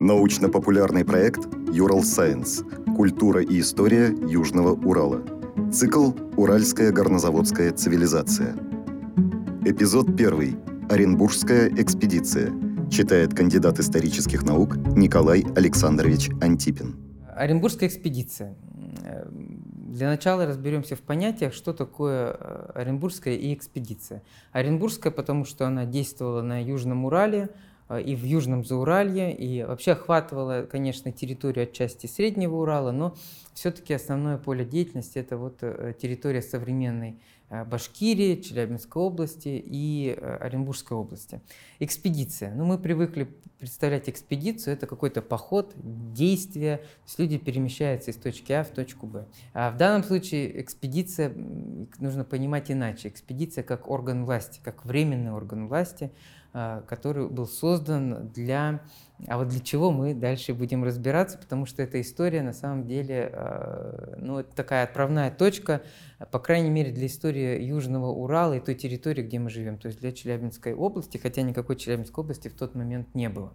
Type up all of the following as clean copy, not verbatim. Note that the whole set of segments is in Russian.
Научно-популярный проект «Ural Science. Культура и история Южного Урала». Цикл «Уральская горнозаводская цивилизация». Эпизод 1. Оренбургская экспедиция. Читает кандидат исторических наук Николай Александрович Антипин. Оренбургская экспедиция. Для начала разберемся в понятиях, что такое Оренбургская и экспедиция. Оренбургская, потому что она действовала на Южном Урале и в Южном Зауралье, и вообще охватывала, конечно, территорию отчасти Среднего Урала, но все-таки основное поле деятельности – это вот территория современной Башкирии, Челябинской области и Оренбургской области. Экспедиция. Мы привыкли представлять экспедицию, это какой-то поход, действие, то есть люди перемещаются из точки А в точку Б. А в данном случае экспедиция нужно понимать иначе. Экспедиция как орган власти, как временный орган власти, который был создан для... А вот для чего мы дальше будем разбираться, потому что эта история на самом деле, это такая отправная точка, по крайней мере, для истории Южного Урала и той территории, где мы живем, то есть для Челябинской области, хотя никакой Челябинской области в тот момент не было.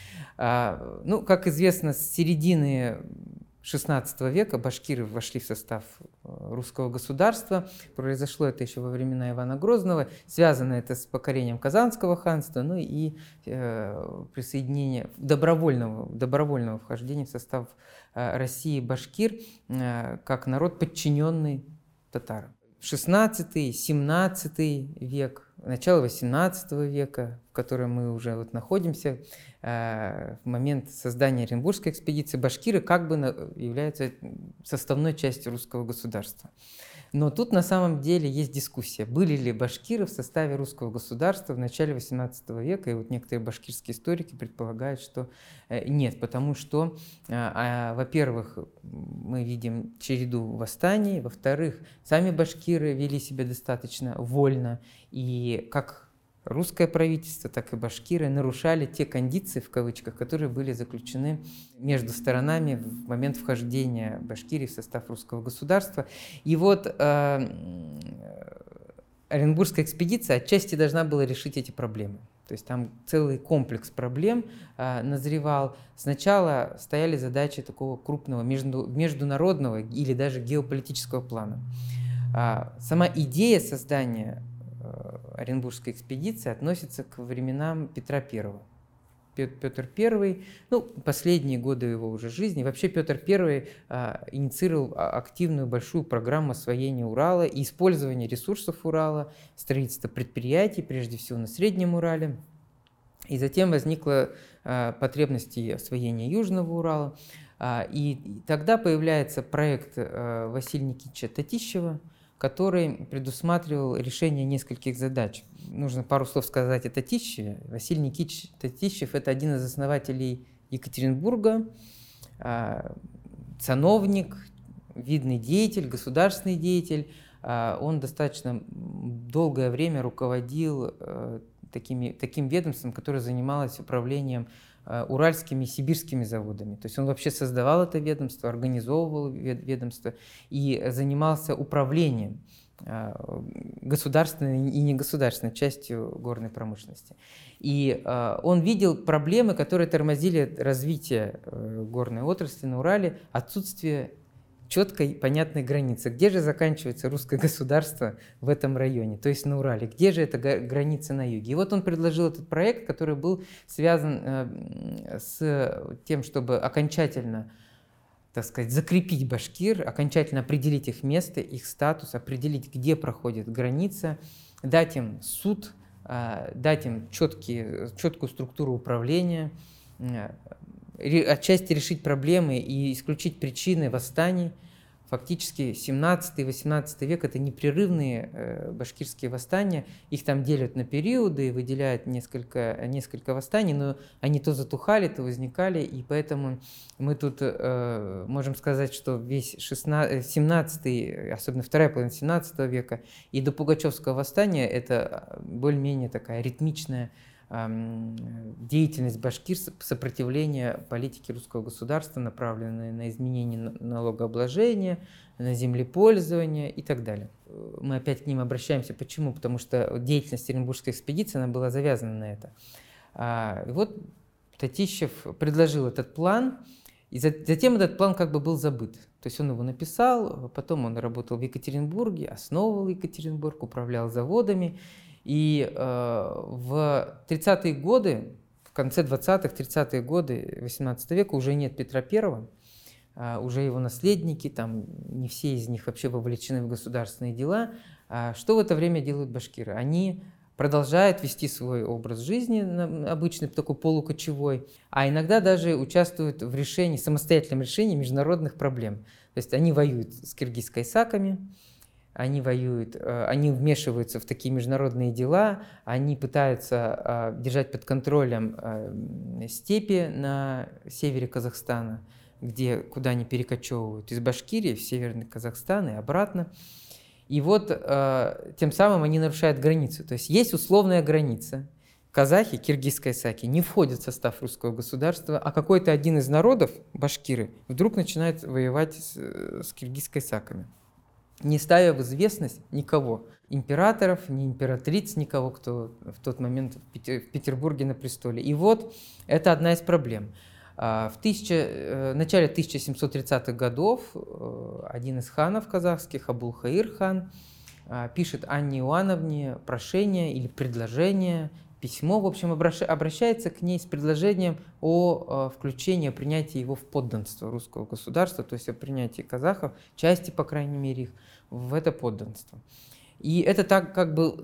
Как известно, с середины XVI века башкиры вошли в состав русского государства. Произошло это еще во времена Ивана Грозного. Связано это с покорением Казанского ханства, и присоединение добровольного вхождения в состав России башкир как народ, подчиненный татарам. XVI, XVII век, начало XVIII века, в котором мы уже находимся, в момент создания Оренбургской экспедиции, башкиры как бы являются составной частью русского государства. Но тут на самом деле есть дискуссия, были ли башкиры в составе русского государства в начале XVIII века, и некоторые башкирские историки предполагают, что нет, потому что, во-первых, мы видим череду восстаний, во-вторых, сами башкиры вели себя достаточно вольно, и как русское правительство, так и башкиры нарушали те кондиции, в кавычках, которые были заключены между сторонами в момент вхождения Башкирии в состав русского государства. И Оренбургская экспедиция отчасти должна была решить эти проблемы. То есть там целый комплекс проблем назревал. Сначала стояли задачи такого крупного международного или даже геополитического плана. Сама идея создания Оренбургской экспедиции относится к временам Петра I. Петр I, последние годы его уже жизни, вообще Петр I инициировал активную большую программу освоения Урала и использования ресурсов Урала, строительства предприятий, прежде всего на Среднем Урале. И затем возникла потребность освоения Южного Урала. И тогда появляется проект Василия Никитича Татищева, который предусматривал решение нескольких задач. Нужно пару слов сказать о Татищеве. Василий Никитич Татищев – это один из основателей Екатеринбурга, сановник, видный деятель, государственный деятель. Он достаточно долгое время руководил таким ведомством, которое занималось управлением уральскими и сибирскими заводами. То есть он вообще создавал это ведомство, организовывал ведомство и занимался управлением государственной и негосударственной частью горной промышленности. И он видел проблемы, которые тормозили развитие горной отрасли на Урале, отсутствие четкой, понятной границы. Где же заканчивается русское государство в этом районе, то есть на Урале? Где же эта граница на юге? И вот он предложил этот проект, который был связан с тем, чтобы окончательно, так сказать, закрепить башкир, окончательно определить их место, их статус, определить, где проходит граница, дать им суд, дать им четкую структуру управления, отчасти решить проблемы и исключить причины восстаний. Фактически 17-18 век – это непрерывные башкирские восстания. Их там делят на периоды и выделяют несколько восстаний, но они то затухали, то возникали. И поэтому мы тут можем сказать, что весь 17-й, особенно вторая половина 17 века, и до Пугачевского восстания – это более-менее такая ритмичная деятельность башкир, сопротивление политики русского государства, направленной на изменение налогообложения, на землепользование и так далее. Мы опять к ним обращаемся. Почему? Потому что деятельность Оренбургской экспедиции она была завязана на это. Татищев предложил этот план, и затем этот план как бы был забыт. То есть он его написал, потом он работал в Екатеринбурге, основывал Екатеринбург, управлял заводами. И в 30-е годы, в конце 20-х, 30-е годы 18 века уже нет Петра Первого, уже его наследники, там не все из них вообще вовлечены в государственные дела. Что в это время делают башкиры? Они продолжают вести свой образ жизни, обычный такой полукочевой, а иногда даже участвуют в решении, самостоятельном решении международных проблем. То есть они воюют с киргиз-кайсаками, они вмешиваются в такие международные дела, они пытаются держать под контролем степи на севере Казахстана, куда они перекочевывают из Башкирии в северный Казахстан и обратно. И вот тем самым они нарушают границу. То есть есть условная граница. Казахи, киргиз-кайсаки, не входят в состав русского государства, а какой-то один из народов, башкиры, вдруг начинает воевать с киргиз-кайсаками, не ставя в известность никого. Императоров, ни императриц, никого, кто в тот момент в Петербурге на престоле. И вот это одна из проблем. В начале 1730-х годов один из ханов казахских, Абулхаир хан, пишет Анне Иоанновне прошение или предложение, письмо, в общем, обращается к ней с предложением о включении, о принятии его в подданство русского государства, то есть о принятии казахов, части, по крайней мере, их, в это подданство. И это так как бы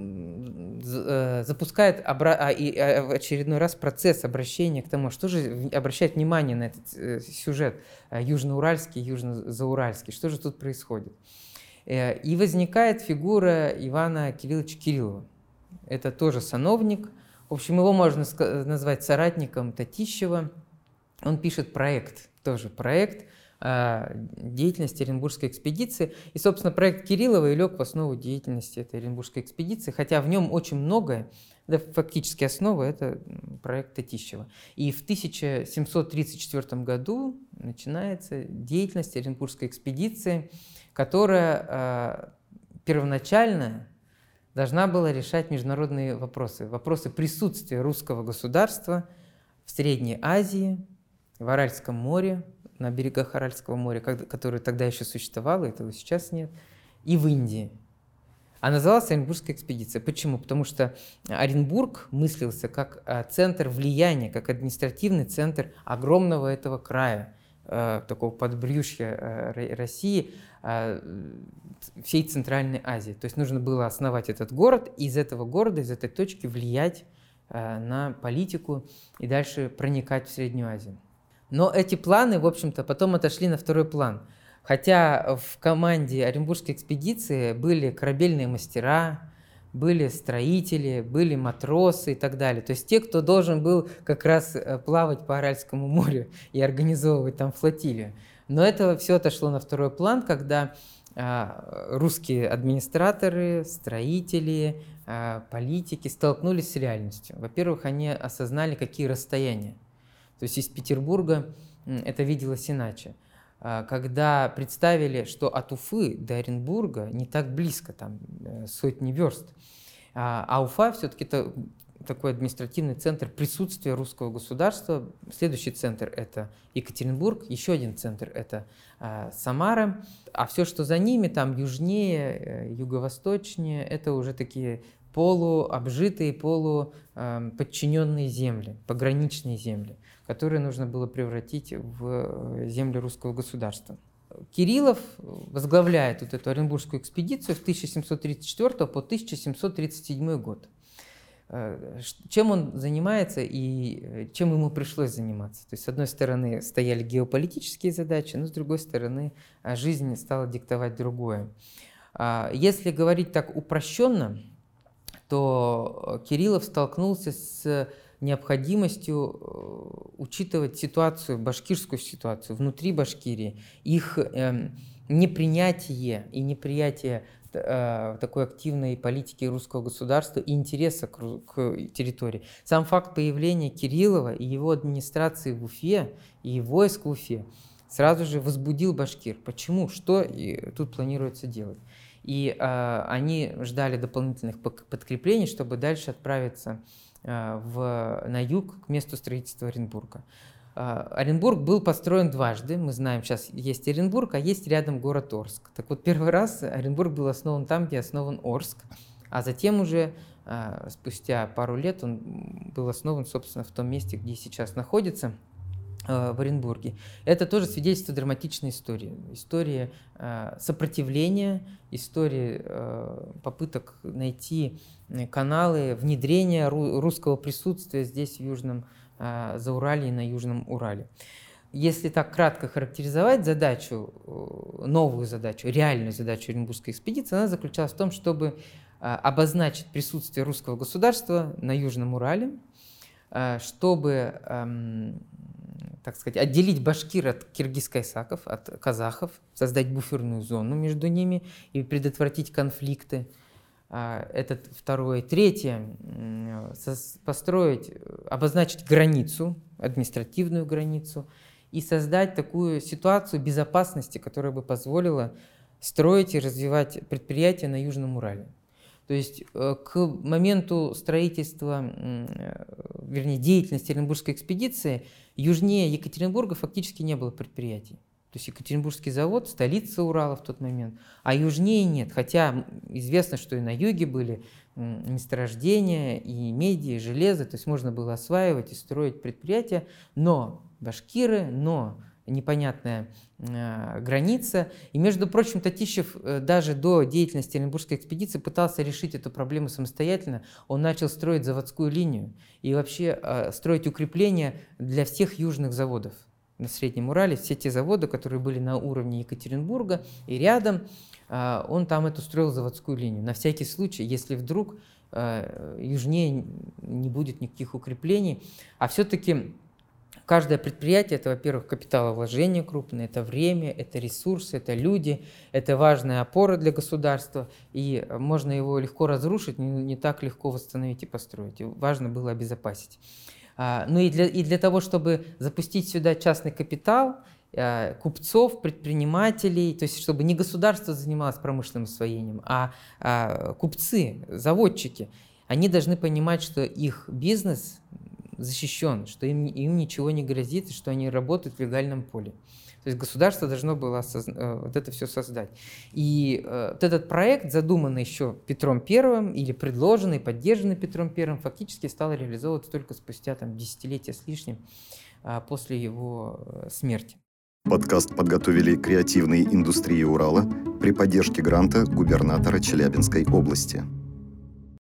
запускает в очередной раз процесс обращения к тому, что же обращать внимание на этот сюжет южноуральский, южнозауральский, что же тут происходит. И возникает фигура Ивана Кирилловича Кириллова. Это тоже сановник, в общем, его можно назвать соратником Татищева. Он пишет проект, тоже проект деятельности Оренбургской экспедиции. И, собственно, проект Кириллова и лег в основу деятельности этой Оренбургской экспедиции, хотя в нем очень многое, да, фактически основа – это проект Татищева. И в 1734 году начинается деятельность Оренбургской экспедиции, которая первоначально должна была решать международные вопросы, вопросы присутствия русского государства в Средней Азии, в Аральском море, на берегах Аральского моря, которое тогда еще существовало, этого сейчас нет, и в Индии. А называлась Оренбургская экспедиция. Почему? Потому что Оренбург мыслился как центр влияния, как административный центр огромного этого края, такого подбрюшья России, всей Центральной Азии. То есть нужно было основать этот город, и из этого города, из этой точки влиять на политику и дальше проникать в Среднюю Азию. Но эти планы, в общем-то, потом отошли на второй план. Хотя в команде Оренбургской экспедиции были корабельные мастера, были строители, были матросы и так далее. То есть те, кто должен был как раз плавать по Аральскому морю и организовывать там флотилию. Но это все отошло на второй план, когда русские администраторы, строители, политики столкнулись с реальностью. Во-первых, они осознали, какие расстояния. То есть из Петербурга это виделось иначе. Когда представили, что от Уфы до Оренбурга не так близко, там сотни верст, а Уфа все-таки это такой административный центр присутствия русского государства. Следующий центр – это Екатеринбург, еще один центр – это Самара, а все, что за ними, там южнее, юго-восточнее, это уже такие полуобжитые, полуподчиненные земли, пограничные земли, которые нужно было превратить в земли русского государства. Кириллов возглавляет вот эту Оренбургскую экспедицию с 1734 по 1737 год. Чем он занимается и чем ему пришлось заниматься? То есть, с одной стороны, стояли геополитические задачи, но с другой стороны, жизнь стала диктовать другое. Если говорить так упрощенно, то Кириллов столкнулся с необходимостью учитывать ситуацию, башкирскую ситуацию внутри Башкирии, их непринятие и неприятие такой активной политики русского государства и интереса к территории. Сам факт появления Кириллова и его администрации в Уфе, и войск в Уфе сразу же возбудил башкир. Почему? Что тут планируется делать? И они ждали дополнительных подкреплений, чтобы дальше отправиться на юг к месту строительства Оренбурга. Оренбург был построен дважды. Мы знаем, сейчас есть Оренбург, а есть рядом город Орск. Так вот, первый раз Оренбург был основан там, где основан Орск, а затем уже спустя пару лет он был основан, собственно, в том месте, где сейчас находится, в Оренбурге. Это тоже свидетельство драматичной истории. История сопротивления, история попыток найти каналы внедрения русского присутствия здесь, в Южном Зауралье и на Южном Урале. Если так кратко характеризовать задачу, новую задачу, реальную задачу Оренбургской экспедиции, она заключалась в том, чтобы обозначить присутствие русского государства на Южном Урале, чтобы, так сказать, отделить башкир от киргиз-кайсаков, от казахов, создать буферную зону между ними и предотвратить конфликты. Это второе. Третье, обозначить границу, административную границу, и создать такую ситуацию безопасности, которая бы позволила строить и развивать предприятия на Южном Урале. То есть к моменту строительства, вернее, деятельности Оренбургской экспедиции южнее Екатеринбурга фактически не было предприятий. То есть Екатеринбургский завод, столица Урала в тот момент, а южнее нет. Хотя известно, что и на юге были месторождения, и меди, и железо, то есть можно было осваивать и строить предприятия, но башкиры, но непонятная граница. И, между прочим, Татищев даже до деятельности Оренбургской экспедиции пытался решить эту проблему самостоятельно. Он начал строить заводскую линию и вообще строить укрепления для всех южных заводов на Среднем Урале. Все те заводы, которые были на уровне Екатеринбурга и рядом, он там эту строил заводскую линию. На всякий случай, если вдруг южнее не будет никаких укреплений. А все-таки каждое предприятие – это, во-первых, капиталовложение крупное, это время, это ресурсы, это люди, это важная опора для государства, и можно его легко разрушить, не так легко восстановить и построить. И важно было обезопасить. Ну и для того, чтобы запустить сюда частный капитал, купцов, предпринимателей, то есть чтобы не государство занималось промышленным освоением, а купцы, заводчики, они должны понимать, что их бизнес защищен, что им ничего не грозит, и что они работают в легальном поле. То есть государство должно было вот это все создать. И вот этот проект, задуманный еще Петром I или предложенный, поддержанный Петром I, фактически стал реализовываться только спустя десятилетия с лишним после его смерти. Подкаст подготовили креативные индустрии Урала при поддержке гранта губернатора Челябинской области.